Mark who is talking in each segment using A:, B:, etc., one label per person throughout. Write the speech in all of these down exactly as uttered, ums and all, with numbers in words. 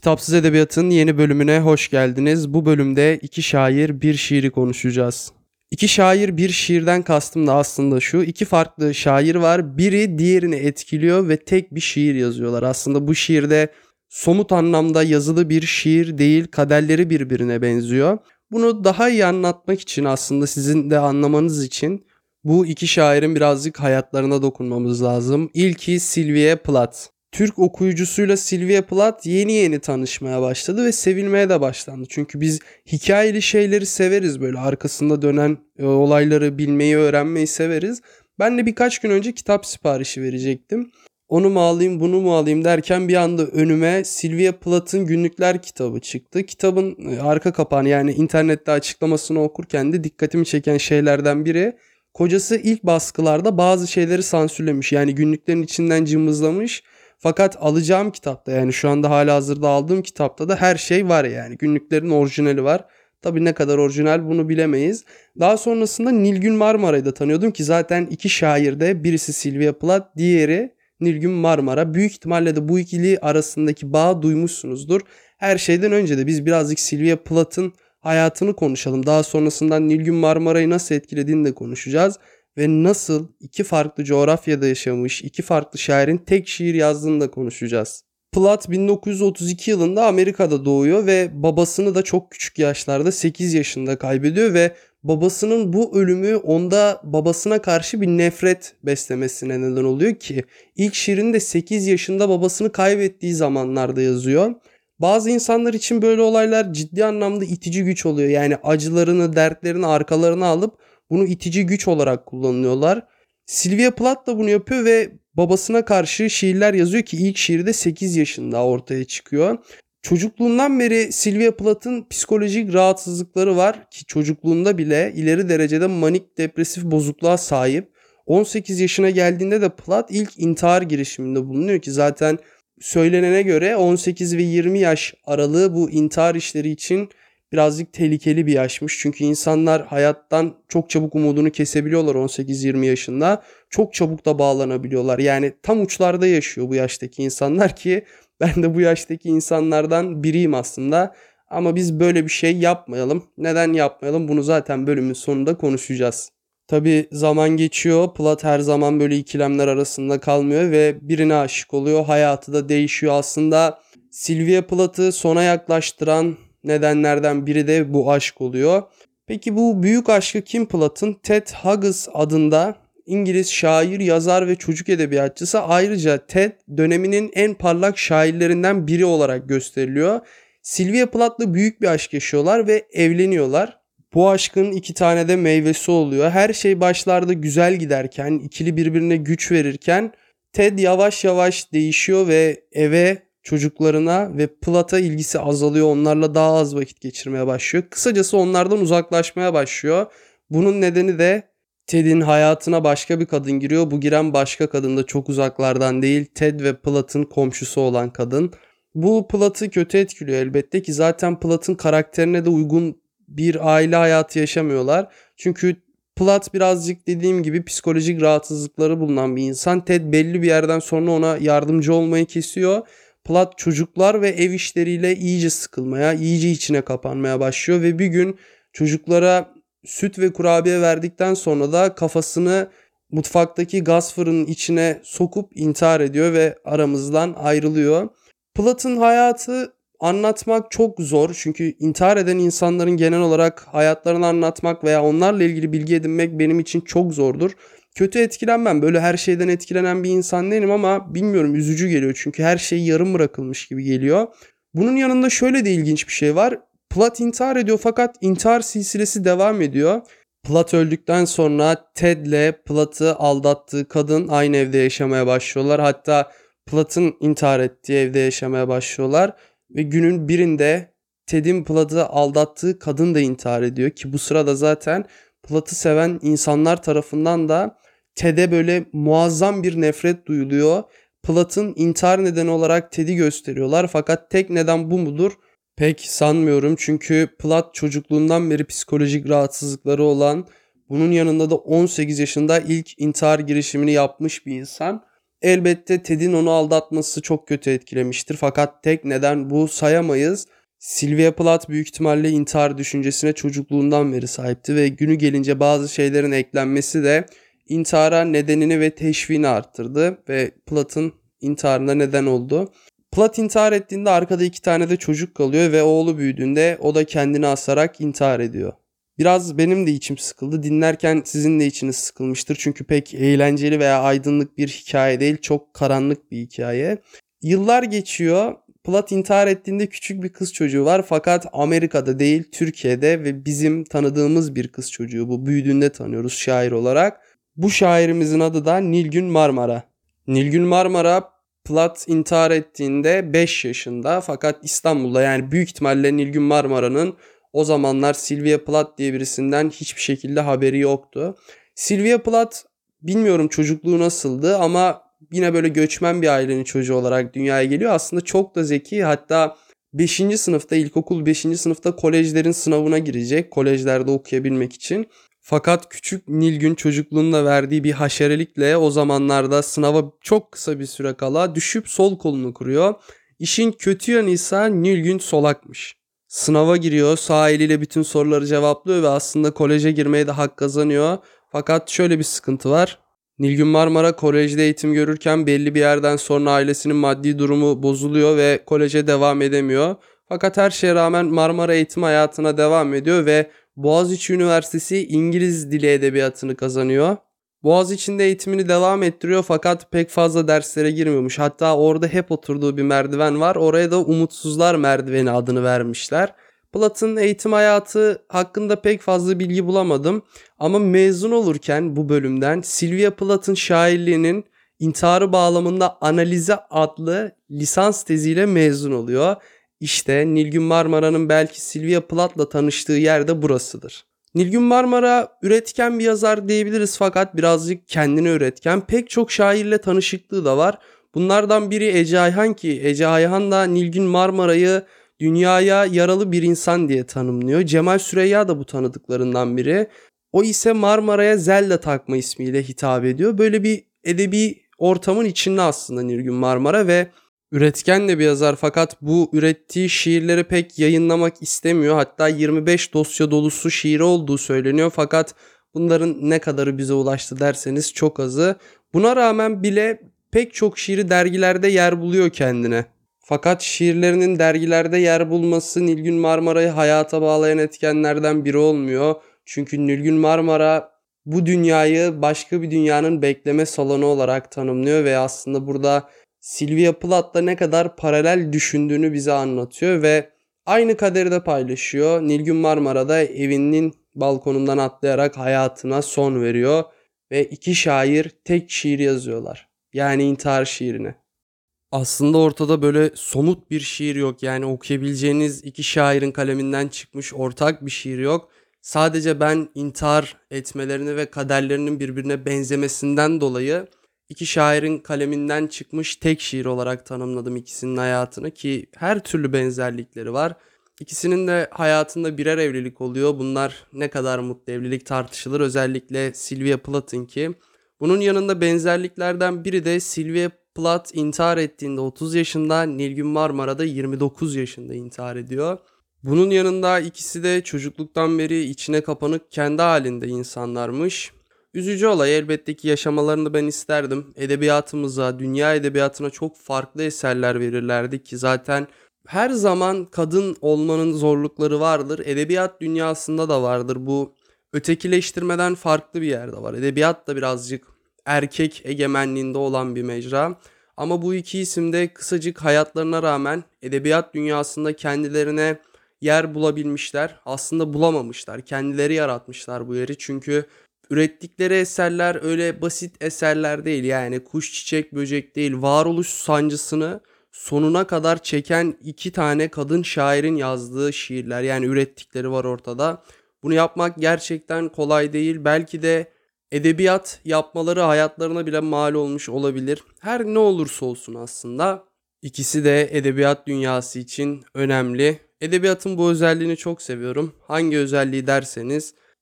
A: Kitapsız Edebiyat'ın yeni bölümüne hoş geldiniz. Bu bölümde iki şair bir şiiri konuşacağız. İki şair bir şiirden kastım da aslında şu. İki farklı şair var. Biri diğerini etkiliyor ve tek bir şiir yazıyorlar. Aslında bu şiirde somut anlamda yazılı bir şiir değil, kaderleri birbirine benziyor. Bunu daha iyi anlatmak için aslında sizin de anlamanız için bu iki şairin birazcık hayatlarına dokunmamız lazım. İlki Sylvia Plath. Türk okuyucusuyla Sylvia Plath yeni yeni tanışmaya başladı ve sevilmeye de başlandı. Çünkü biz hikayeli şeyleri severiz, böyle arkasında dönen e, olayları bilmeyi, öğrenmeyi severiz. Ben de birkaç gün önce kitap siparişi verecektim. Onu mu alayım, bunu mu alayım derken bir anda önüme Sylvia Plath'ın günlükler kitabı çıktı. Kitabın e, arka kapağını, yani internette açıklamasını okurken de dikkatimi çeken şeylerden biri, kocası ilk baskılarda bazı şeyleri sansürlemiş. Yani günlüklerin içinden cımbızlamış. Fakat alacağım kitapta, yani şu anda halihazırda aldığım kitapta da her şey var yani. Günlüklerin orijinali var. Tabii ne kadar orijinal bunu bilemeyiz. Daha sonrasında Nilgün Marmara'yı da tanıyordum ki zaten iki şair de, birisi Sylvia Plath, diğeri Nilgün Marmara. Büyük ihtimalle de bu ikili arasındaki bağı duymuşsunuzdur. Her şeyden önce de biz birazcık Sylvia Plath'ın hayatını konuşalım. Daha sonrasında Nilgün Marmara'yı nasıl etkilediğini de konuşacağız. Ve nasıl iki farklı coğrafyada yaşamış, iki farklı şairin tek şiir yazdığını da konuşacağız. Plath bin dokuz yüz otuz iki yılında Amerika'da doğuyor ve babasını da çok küçük yaşlarda, sekiz yaşında kaybediyor ve babasının bu ölümü onda babasına karşı bir nefret beslemesine neden oluyor ki ilk şiirini de sekiz yaşında babasını kaybettiği zamanlarda yazıyor. Bazı insanlar için böyle olaylar ciddi anlamda itici güç oluyor. Yani acılarını, dertlerini arkalarına alıp bunu itici güç olarak kullanıyorlar. Sylvia Plath da bunu yapıyor ve babasına karşı şiirler yazıyor ki ilk şiiri de sekiz yaşında ortaya çıkıyor. Çocukluğundan beri Sylvia Plath'ın psikolojik rahatsızlıkları var ki çocukluğunda bile ileri derecede manik depresif bozukluğa sahip. on sekiz yaşına geldiğinde de Plath ilk intihar girişiminde bulunuyor ki zaten söylenene göre on sekiz ve yirmi yaş aralığı bu intihar işleri için birazcık tehlikeli bir yaşmış. Çünkü insanlar hayattan çok çabuk umudunu kesebiliyorlar on sekiz yirmi yaşında. Çok çabuk da bağlanabiliyorlar. Yani tam uçlarda yaşıyor bu yaştaki insanlar ki ben de bu yaştaki insanlardan biriyim aslında. Ama biz böyle bir şey yapmayalım. Neden yapmayalım? Bunu zaten bölümün sonunda konuşacağız. Tabii zaman geçiyor. Plath her zaman böyle ikilemler arasında kalmıyor ve birine aşık oluyor. Hayatı da değişiyor. Aslında Sylvia Plath'ı sona yaklaştıran nedenlerden biri de bu aşk oluyor. Peki bu büyük aşkı kim Plath'ın? Ted Hughes adında İngiliz şair, yazar ve çocuk edebiyatçısı. Ayrıca Ted döneminin en parlak şairlerinden biri olarak gösteriliyor. Sylvia Plath'la büyük bir aşk yaşıyorlar ve evleniyorlar. Bu aşkın iki tane de meyvesi oluyor. Her şey başlarda güzel giderken, ikili birbirine güç verirken Ted yavaş yavaş değişiyor ve eve, çocuklarına ve Plath'a ilgisi azalıyor. Onlarla daha az vakit geçirmeye başlıyor. Kısacası onlardan uzaklaşmaya başlıyor. Bunun nedeni de Ted'in hayatına başka bir kadın giriyor. Bu giren başka kadın da çok uzaklardan değil, Ted ve Plath'ın komşusu olan kadın. Bu Plath'ı kötü etkiliyor elbette ki zaten Plath'ın karakterine de uygun bir aile hayatı yaşamıyorlar. Çünkü Plath birazcık dediğim gibi psikolojik rahatsızlıkları bulunan bir insan. Ted belli bir yerden sonra ona yardımcı olmayı kesiyor. Plath çocuklar ve ev işleriyle iyice sıkılmaya, iyice içine kapanmaya başlıyor ve bir gün çocuklara süt ve kurabiye verdikten sonra da kafasını mutfaktaki gaz fırının içine sokup intihar ediyor ve aramızdan ayrılıyor. Plath'ın hayatı anlatmak çok zor çünkü intihar eden insanların genel olarak hayatlarını anlatmak veya onlarla ilgili bilgi edinmek benim için çok zordur. Kötü etkilenmem, böyle her şeyden etkilenen bir insan değilim ama bilmiyorum, üzücü geliyor çünkü her şey yarım bırakılmış gibi geliyor. Bunun yanında şöyle de ilginç bir şey var. Plath intihar ediyor fakat intihar silsilesi devam ediyor. Plath öldükten sonra Ted'le Plath'ı aldattığı kadın aynı evde yaşamaya başlıyorlar. Hatta Plath'ın intihar ettiği evde yaşamaya başlıyorlar. Ve günün birinde Ted'in Plath'ı aldattığı kadın da intihar ediyor ki bu sırada zaten Plath'ı seven insanlar tarafından da Ted'e böyle muazzam bir nefret duyuluyor. Plath'ın intihar nedeni olarak Ted'i gösteriyorlar fakat tek neden bu mudur? Pek sanmıyorum çünkü Plath çocukluğundan beri psikolojik rahatsızlıkları olan, bunun yanında da on sekiz yaşında ilk intihar girişimini yapmış bir insan. Elbette Ted'in onu aldatması çok kötü etkilemiştir. Fakat tek neden bu sayamayız. Sylvia Plath büyük ihtimalle intihar düşüncesine çocukluğundan beri sahipti ve günü gelince bazı şeylerin eklenmesi de intihara nedenini ve teşviğini arttırdı ve Plath'ın intiharına neden oldu. Plath intihar ettiğinde arkada iki tane de çocuk kalıyor ve oğlu büyüdüğünde o da kendini asarak intihar ediyor. Biraz benim de içim sıkıldı. Dinlerken sizin de içiniz sıkılmıştır. Çünkü pek eğlenceli veya aydınlık bir hikaye değil. Çok karanlık bir hikaye. Yıllar geçiyor. Plath intihar ettiğinde küçük bir kız çocuğu var. Fakat Amerika'da değil, Türkiye'de ve bizim tanıdığımız bir kız çocuğu. Bu büyüdüğünde tanıyoruz şair olarak. Bu şairimizin adı da Nilgün Marmara. Nilgün Marmara Plath intihar ettiğinde beş yaşında. Fakat İstanbul'da, yani büyük ihtimalle Nilgün Marmara'nın o zamanlar Sylvia Plath diye birisinden hiçbir şekilde haberi yoktu. Sylvia Plath bilmiyorum çocukluğu nasıldı ama yine böyle göçmen bir ailenin çocuğu olarak dünyaya geliyor. Aslında çok da zeki, hatta beşinci sınıfta, ilkokul beşinci sınıfta kolejlerin sınavına girecek. Kolejlerde okuyabilmek için. Fakat küçük Nilgün çocukluğunda verdiği bir haşerelikle o zamanlarda sınava çok kısa bir süre kala düşüp sol kolunu kırıyor. İşin kötü yanı ise Nilgün solakmış. Sınava giriyor, sağ eliyle bütün soruları cevaplıyor ve aslında koleje girmeye de hak kazanıyor. Fakat şöyle bir sıkıntı var. Nilgün Marmara kolejde eğitim görürken belli bir yerden sonra ailesinin maddi durumu bozuluyor ve koleje devam edemiyor. Fakat her şeye rağmen Marmara eğitim hayatına devam ediyor ve Boğaziçi Üniversitesi İngiliz Dili Edebiyatı'nı kazanıyor. Boğaziçi'nde eğitimini devam ettiriyor fakat pek fazla derslere girmiyormuş. Hatta orada hep oturduğu bir merdiven var. Oraya da Umutsuzlar Merdiveni adını vermişler. Plath'ın eğitim hayatı hakkında pek fazla bilgi bulamadım. Ama mezun olurken bu bölümden Sylvia Plath'ın şairliğinin intiharı bağlamında analize adlı lisans teziyle mezun oluyor. İşte Nilgün Marmara'nın belki Sylvia Plath'la tanıştığı yer de burasıdır. Nilgün Marmara üretken bir yazar diyebiliriz fakat birazcık kendine üretken. Pek çok şairle tanışıklığı da var. Bunlardan biri Ece Ayhan ki Ece Ayhan da Nilgün Marmara'yı dünyaya yaralı bir insan diye tanımlıyor. Cemal Süreyya da bu tanıdıklarından biri. O ise Marmara'ya Zelda takma ismiyle hitap ediyor. Böyle bir edebi ortamın içinde aslında Nilgün Marmara ve üretken de bir yazar fakat bu ürettiği şiirleri pek yayınlamak istemiyor. Hatta yirmi beş dosya dolusu şiiri olduğu söyleniyor fakat bunların ne kadarı bize ulaştı derseniz çok azı. Buna rağmen bile pek çok şiiri dergilerde yer buluyor kendine. Fakat şiirlerinin dergilerde yer bulması Nilgün Marmara'yı hayata bağlayan etkenlerden biri olmuyor. Çünkü Nilgün Marmara bu dünyayı başka bir dünyanın bekleme salonu olarak tanımlıyor ve aslında burada Sylvia Plath'la ne kadar paralel düşündüğünü bize anlatıyor ve aynı kaderi de paylaşıyor. Nilgün Marmara da evinin balkonundan atlayarak hayatına son veriyor ve iki şair tek şiir yazıyorlar. Yani intihar şiirini. Aslında ortada böyle somut bir şiir yok. Yani okuyabileceğiniz iki şairin kaleminden çıkmış ortak bir şiir yok. Sadece ben intihar etmelerini ve kaderlerinin birbirine benzemesinden dolayı iki şairin kaleminden çıkmış tek şiir olarak tanımladım ikisinin hayatını ki her türlü benzerlikleri var. İkisinin de hayatında birer evlilik oluyor. Bunlar ne kadar mutlu evlilik tartışılır. Özellikle Sylvia Plath'ınki. Bunun yanında benzerliklerden biri de Sylvia Plath intihar ettiğinde otuz yaşında, Nilgün Marmara da yirmi dokuz yaşında intihar ediyor. Bunun yanında ikisi de çocukluktan beri içine kapanık kendi halinde insanlarmış. Üzücü olay, elbette ki yaşamalarını ben isterdim. Edebiyatımıza, dünya edebiyatına çok farklı eserler verirlerdi ki zaten her zaman kadın olmanın zorlukları vardır. Edebiyat dünyasında da vardır. Bu ötekileştirmeden farklı bir yerde var. Edebiyat da birazcık erkek egemenliğinde olan bir mecra. Ama bu iki isim de kısacık hayatlarına rağmen edebiyat dünyasında kendilerine yer bulabilmişler. Aslında bulamamışlar. Kendileri yaratmışlar bu yeri. Çünkü ürettikleri eserler öyle basit eserler değil. Yani kuş, çiçek, böcek değil. Varoluş sancısını sonuna kadar çeken iki tane kadın şairin yazdığı şiirler. Yani ürettikleri var ortada. Bunu yapmak gerçekten kolay değil. Belki de edebiyat yapmaları hayatlarına bile mal olmuş olabilir. Her ne olursa olsun aslında ikisi de edebiyat dünyası için önemli. Edebiyatın bu özelliğini çok seviyorum. Hangi özelliği derseniz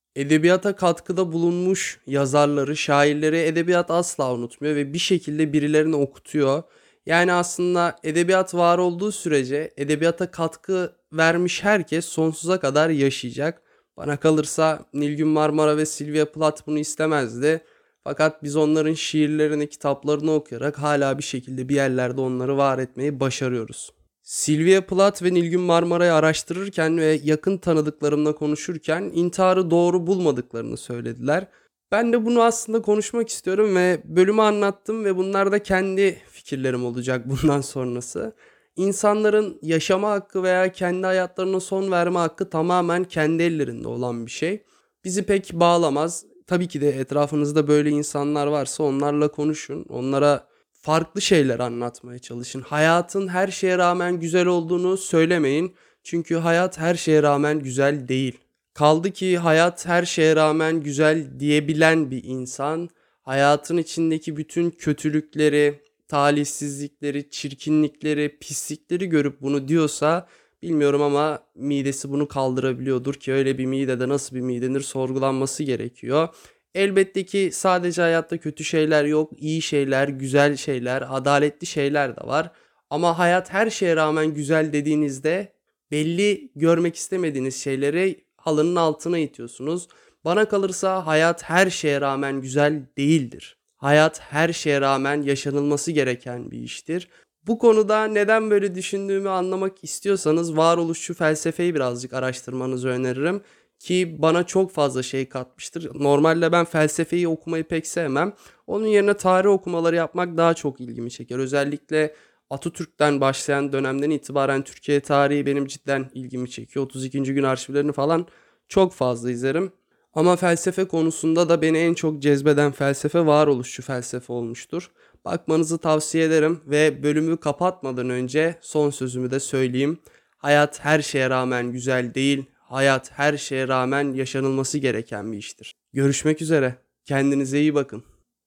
A: Edebiyata katkıda bulunmuş yazarları, şairleri edebiyat asla unutmuyor ve bir şekilde birilerine okutuyor. Yani aslında edebiyat var olduğu sürece edebiyata katkı vermiş herkes sonsuza kadar yaşayacak. Bana kalırsa Nilgün Marmara ve Sylvia Plath bunu istemezdi. Fakat biz onların şiirlerini, kitaplarını okuyarak hala bir şekilde bir yerlerde onları var etmeyi başarıyoruz. Sylvia Plath ve Nilgün Marmara'yı araştırırken ve yakın tanıdıklarımla konuşurken intiharı doğru bulmadıklarını söylediler. Ben de bunu aslında konuşmak istiyorum ve bölümü anlattım ve bunlar da kendi fikirlerim olacak bundan sonrası. İnsanların yaşama hakkı veya kendi hayatlarına son verme hakkı tamamen kendi ellerinde olan bir şey. Bizi pek bağlamaz. Tabii ki de etrafınızda böyle insanlar varsa onlarla konuşun. Onlara farklı şeyler anlatmaya çalışın. Hayatın her şeye rağmen güzel olduğunu söylemeyin. Çünkü hayat her şeye rağmen güzel değil. Kaldı ki hayat her şeye rağmen güzel diyebilen bir insan, hayatın içindeki bütün kötülükleri, talihsizlikleri, çirkinlikleri, pislikleri görüp bunu diyorsa bilmiyorum ama midesi bunu kaldırabiliyordur ki öyle bir midede nasıl bir midenir sorgulanması gerekiyor. Elbette ki sadece hayatta kötü şeyler yok, iyi şeyler, güzel şeyler, adaletli şeyler de var. Ama hayat her şeye rağmen güzel dediğinizde belli görmek istemediğiniz şeyleri halının altına itiyorsunuz. Bana kalırsa hayat her şeye rağmen güzel değildir. Hayat her şeye rağmen yaşanılması gereken bir iştir. Bu konuda neden böyle düşündüğümü anlamak istiyorsanız varoluşçu felsefeyi birazcık araştırmanızı öneririm ki bana çok fazla şey katmıştır. Normalde ben felsefeyi okumayı pek sevmem. Onun yerine tarih okumaları yapmak daha çok ilgimi çeker. Özellikle Atatürk'ten başlayan dönemden itibaren Türkiye tarihi benim cidden ilgimi çekiyor. otuz ikinci gün arşivlerini falan çok fazla izlerim. Ama felsefe konusunda da beni en çok cezbeden felsefe varoluşçu felsefe olmuştur. Bakmanızı tavsiye ederim ve bölümü kapatmadan önce son sözümü de söyleyeyim. Hayat her şeye rağmen güzel değil, hayat her şeye rağmen yaşanılması gereken bir iştir. Görüşmek üzere. Kendinize iyi bakın.